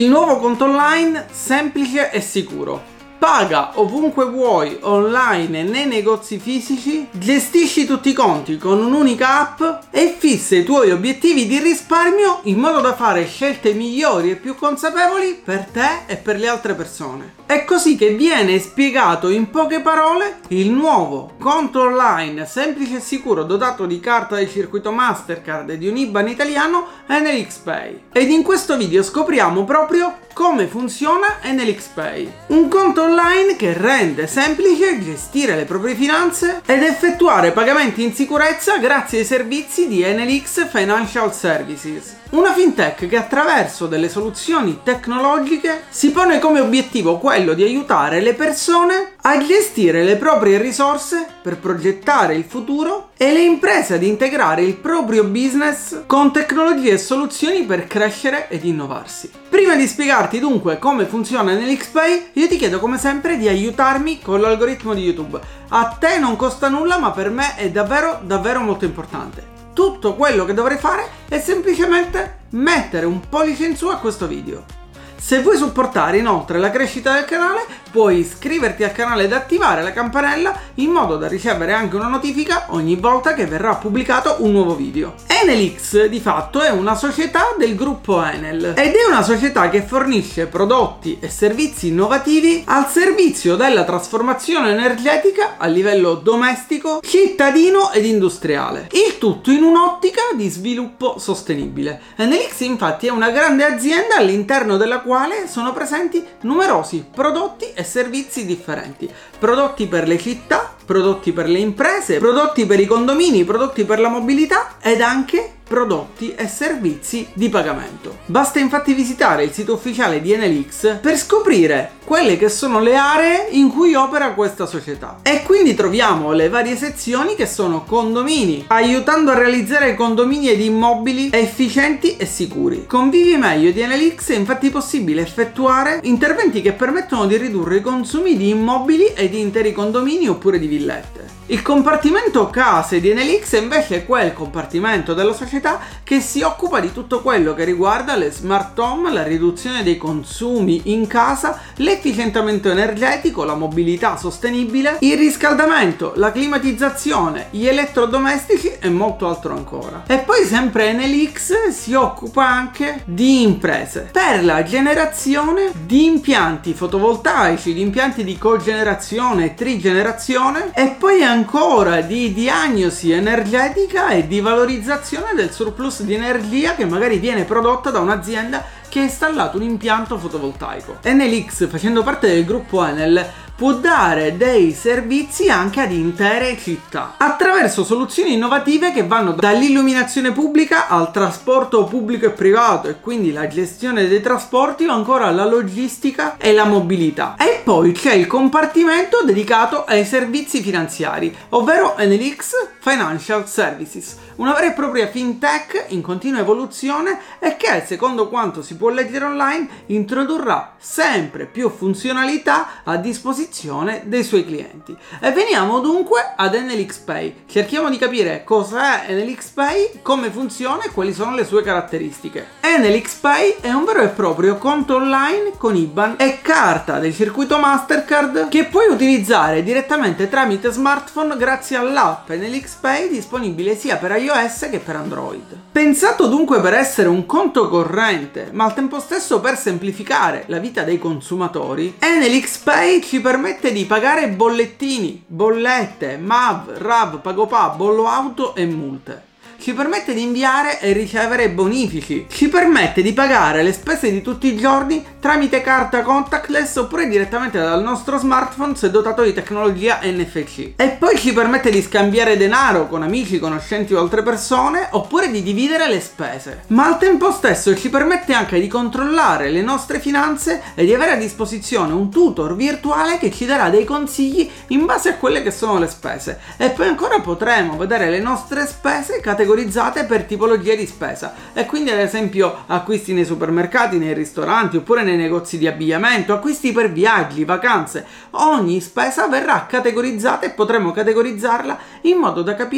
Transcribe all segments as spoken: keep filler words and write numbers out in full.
Il nuovo conto online semplice e sicuro. Paga ovunque vuoi, online e nei negozi fisici, gestisci tutti i conti con un'unica app e fissa i tuoi obiettivi di risparmio in modo da fare scelte migliori e più consapevoli per te e per le altre persone. È così che viene spiegato in poche parole il nuovo conto online semplice e sicuro dotato di carta di circuito Mastercard e di un I B A N italiano EnelXPay. Ed in questo video scopriamo proprio come funziona EnelXPay, un conto online che rende semplice gestire le proprie finanze ed effettuare pagamenti in sicurezza grazie ai servizi di Enelx Financial Services, una fintech che attraverso delle soluzioni tecnologiche si pone come obiettivo quello di aiutare le persone a gestire le proprie risorse per progettare il futuro e le imprese ad integrare il proprio business con tecnologie e soluzioni per crescere ed innovarsi. Prima di spiegarti dunque come funziona EnelXPay, io ti chiedo come sempre di aiutarmi con l'algoritmo di YouTube. A te non costa nulla, ma per me è davvero davvero molto importante. Tutto quello che dovrei fare è semplicemente mettere un pollice in su a questo video. Se vuoi supportare inoltre la crescita del canale, puoi iscriverti al canale ed attivare la campanella in modo da ricevere anche una notifica ogni volta che verrà pubblicato un nuovo video. Enelx di fatto è una società del gruppo Enel ed è una società che fornisce prodotti e servizi innovativi al servizio della trasformazione energetica a livello domestico, cittadino ed industriale. Il tutto in un'ottica di sviluppo sostenibile. Enelx infatti è una grande azienda all'interno della quale sono presenti numerosi prodotti e servizi differenti. Prodotti per le città, prodotti per le imprese, prodotti per i condomini, prodotti per la mobilità ed anche prodotti e servizi di pagamento. Basta infatti visitare il sito ufficiale di Enelx per scoprire quelle che sono le aree in cui opera questa società. E quindi troviamo le varie sezioni che sono condomini, aiutando a realizzare condomini ed immobili efficienti e sicuri. Con Vivi Meglio di Enelx è infatti possibile effettuare interventi che permettono di ridurre i consumi di immobili e di interi condomini oppure di villette. Il compartimento case di Enelx invece è quel compartimento della società che si occupa di tutto quello che riguarda le smart home, la riduzione dei consumi in casa, l'efficientamento energetico, la mobilità sostenibile, il riscaldamento, la climatizzazione, gli elettrodomestici e molto altro ancora. E poi sempre Enelx si occupa anche di imprese per la generazione di impianti fotovoltaici, di impianti di cogenerazione e trigenerazione e poi anche ancora di diagnosi energetica e di valorizzazione del surplus di energia che magari viene prodotta da un'azienda che ha installato un impianto fotovoltaico. Enelx, facendo parte del gruppo Enel, può dare dei servizi anche ad intere città attraverso soluzioni innovative che vanno dall'illuminazione pubblica al trasporto pubblico e privato e quindi la gestione dei trasporti o ancora la logistica e la mobilità. E poi c'è il compartimento dedicato ai servizi finanziari, ovvero Enelx Financial Services, una vera e propria fintech in continua evoluzione e che, secondo quanto si può leggere online, introdurrà sempre più funzionalità a disposizione dei suoi clienti. E veniamo dunque ad EnelXPay. Cerchiamo di capire cosa è EnelXPay, come funziona e quali sono le sue caratteristiche. EnelXPay è un vero e proprio conto online con I B A N e carta del circuito Mastercard che puoi utilizzare direttamente tramite smartphone grazie all'app EnelXPay disponibile sia per iOS che per Android. Pensato dunque per essere un conto corrente, ma al tempo stesso per semplificare la vita dei consumatori, EnelXPay ci permette di pagare bollettini, bollette, M A V, R A V, Pagopà, bollo auto e multe. Ci permette di inviare e ricevere bonifici, ci permette di pagare le spese di tutti i giorni tramite carta contactless oppure direttamente dal nostro smartphone se dotato di tecnologia N F C. E poi ci permette di scambiare denaro con amici, conoscenti o altre persone oppure di dividere le spese. Ma al tempo stesso ci permette anche di controllare le nostre finanze e di avere a disposizione un tutor virtuale che ci darà dei consigli in base a quelle che sono le spese. E poi ancora potremo vedere le nostre spese categorizzate per tipologie di spesa e quindi ad esempio acquisti nei supermercati, nei ristoranti oppure nei negozi di abbigliamento, acquisti per viaggi, vacanze. Ogni spesa verrà categorizzata e potremo categorizzarla in modo da capire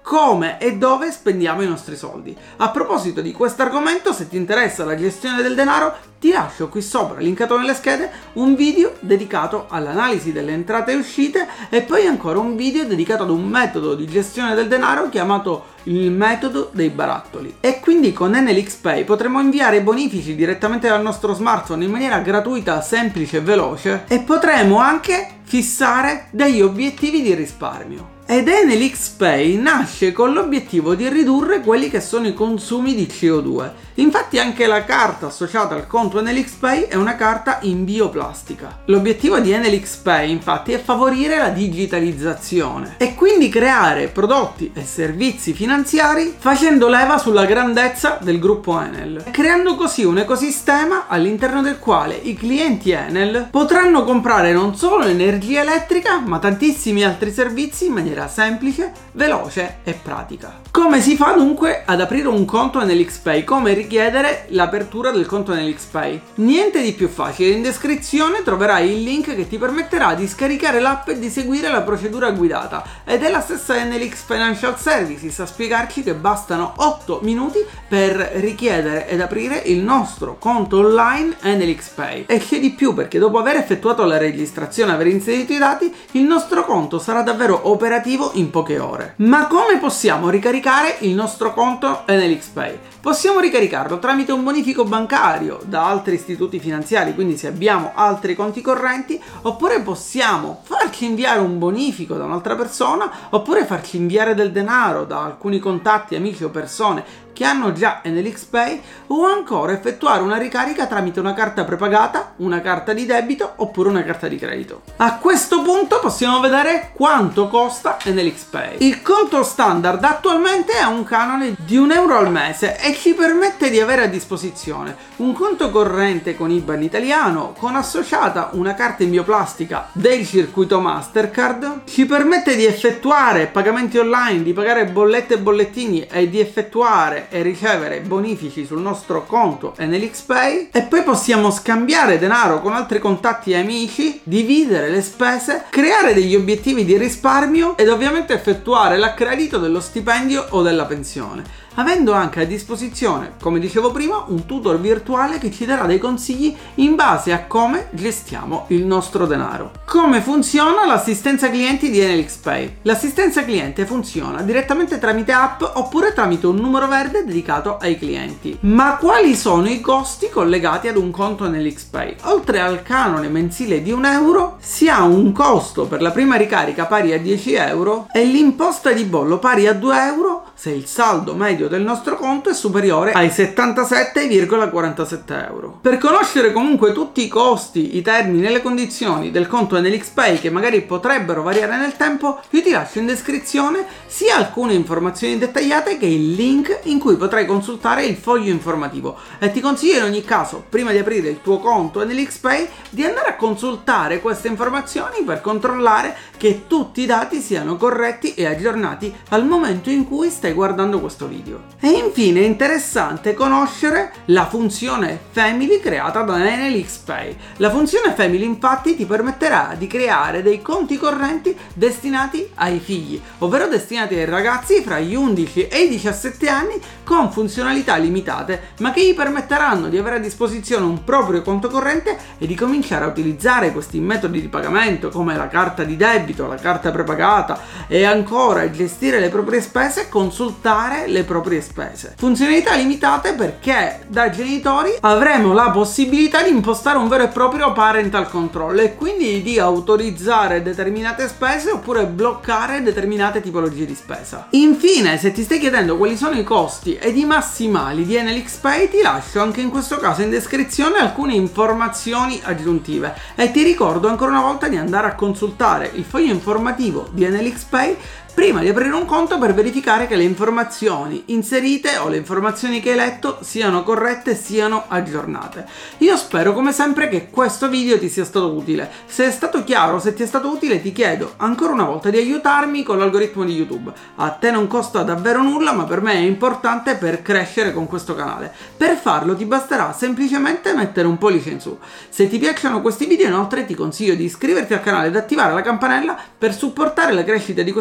come e dove spendiamo i nostri soldi. A proposito di questo argomento, se ti interessa la gestione del denaro, ti lascio qui sopra, linkato nelle schede, un video dedicato all'analisi delle entrate e uscite e poi ancora un video dedicato ad un metodo di gestione del denaro chiamato il metodo dei barattoli. E quindi con Enel X Pay potremo inviare bonifici direttamente dal nostro smartphone in maniera gratuita, semplice e veloce, e potremo anche fissare degli obiettivi di risparmio. Ed Enel X Pay nasce con l'obiettivo di ridurre quelli che sono i consumi di C O due. Infatti anche la carta associata al conto Enel X Pay è una carta in bioplastica. L'obiettivo di Enel X Pay infatti è favorire la digitalizzazione e quindi creare prodotti e servizi finanziari facendo leva sulla grandezza del gruppo Enel, creando così un ecosistema all'interno del quale i clienti Enel potranno comprare non solo l'energia elettrica ma tantissimi altri servizi in maniera semplice, veloce e pratica. Come si fa dunque ad aprire un conto Enel X Pay? Come richiedere l'apertura del conto Enel X Pay? Niente di più facile. In descrizione troverai il link che ti permetterà di scaricare l'app e di seguire la procedura guidata, ed è la stessa Enel X Financial Services a spiegarci che bastano otto minuti per richiedere ed aprire il nostro conto online Enel X Pay. E c'è di più, perché dopo aver effettuato la registrazione e aver inserito i dati, il nostro conto sarà davvero operativo in poche ore. Ma come possiamo ricaricare il nostro conto Enel X Pay? Possiamo ricaricarlo tramite un bonifico bancario da altri istituti finanziari, quindi se abbiamo altri conti correnti, oppure possiamo farci inviare un bonifico da un'altra persona, oppure farci inviare del denaro da alcuni contatti, amici o persone che hanno già Enel X Pay, o ancora effettuare una ricarica tramite una carta prepagata, una carta di debito oppure una carta di credito. A questo punto possiamo vedere quanto costa Enel X Pay. Il conto standard attualmente ha un canone di un euro al mese e ci permette di avere a disposizione un conto corrente con I B A N italiano, con associata una carta in bioplastica del circuito Mastercard, ci permette di effettuare pagamenti online, di pagare bollette e bollettini e di effettuare e ricevere bonifici sul nostro conto Enel X Pay, e poi possiamo scambiare denaro con altri contatti e amici, dividere le spese, creare degli obiettivi di risparmio ed ovviamente effettuare l'accredito dello stipendio o della pensione, avendo anche a disposizione, come dicevo prima, un tutor virtuale che ci darà dei consigli in base a come gestiamo il nostro denaro. Come funziona l'assistenza clienti di Enel X Pay? L'assistenza cliente funziona direttamente tramite app oppure tramite un numero verde dedicato ai clienti. Ma quali sono i costi collegati ad un conto Enel X Pay? Oltre al canone mensile di un euro, si ha un costo per la prima ricarica pari a dieci euro e l'imposta di bollo pari a due euro se il saldo medio del nostro conto è superiore ai settantasette virgola quarantasette euro. Per conoscere comunque tutti i costi, i termini e le condizioni del conto Enel X Pay, che magari potrebbero variare nel tempo, io ti lascio in descrizione sia alcune informazioni dettagliate che il link in cui potrai consultare il foglio informativo, e ti consiglio in ogni caso, prima di aprire il tuo conto Enel X Pay, di andare a consultare queste informazioni per controllare che tutti i dati siano corretti e aggiornati al momento in cui stai guardando questo video. E infine è interessante conoscere la funzione Family creata da Enel X Pay. La funzione Family infatti ti permetterà di creare dei conti correnti destinati ai figli, ovvero destinati ai ragazzi fra gli undici e i diciassette anni, con funzionalità limitate, ma che gli permetteranno di avere a disposizione un proprio conto corrente e di cominciare a utilizzare questi metodi di pagamento come la carta di debito, la carta prepagata, e ancora gestire le proprie spese e consultare le proprie spese. Funzionalità limitate perché da genitori avremo la possibilità di impostare un vero e proprio parental control e quindi di autorizzare determinate spese oppure bloccare determinate tipologie di spesa. Infine, se ti stai chiedendo quali sono i costi ed i massimali di Enel X Pay, ti lascio anche in questo caso in descrizione alcune informazioni aggiuntive e ti ricordo ancora una volta di andare a consultare il foglio informativo di Enel X Pay prima di aprire un conto, per verificare che le informazioni inserite o le informazioni che hai letto siano corrette e siano aggiornate. Io spero come sempre che questo video ti sia stato utile. Se è stato chiaro, se ti è stato utile, ti chiedo ancora una volta di aiutarmi con l'algoritmo di YouTube. A te non costa davvero nulla, ma per me è importante per crescere con questo canale. Per farlo ti basterà semplicemente mettere un pollice in su. Se ti piacciono questi video, inoltre ti consiglio di iscriverti al canale ed attivare la campanella per supportare la crescita di questo canale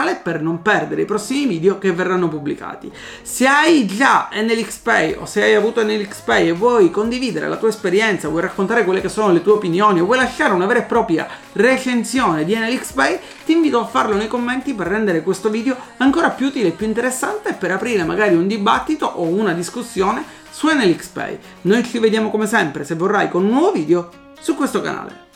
canale per non perdere i prossimi video che verranno pubblicati. Se hai già N L X Pay o se hai avuto N L X Pay e vuoi condividere la tua esperienza, vuoi raccontare quelle che sono le tue opinioni o vuoi lasciare una vera e propria recensione di N L X Pay, ti invito a farlo nei commenti per rendere questo video ancora più utile e più interessante e per aprire magari un dibattito o una discussione su N L X Pay. Noi ci vediamo come sempre, se vorrai, con un nuovo video su questo canale.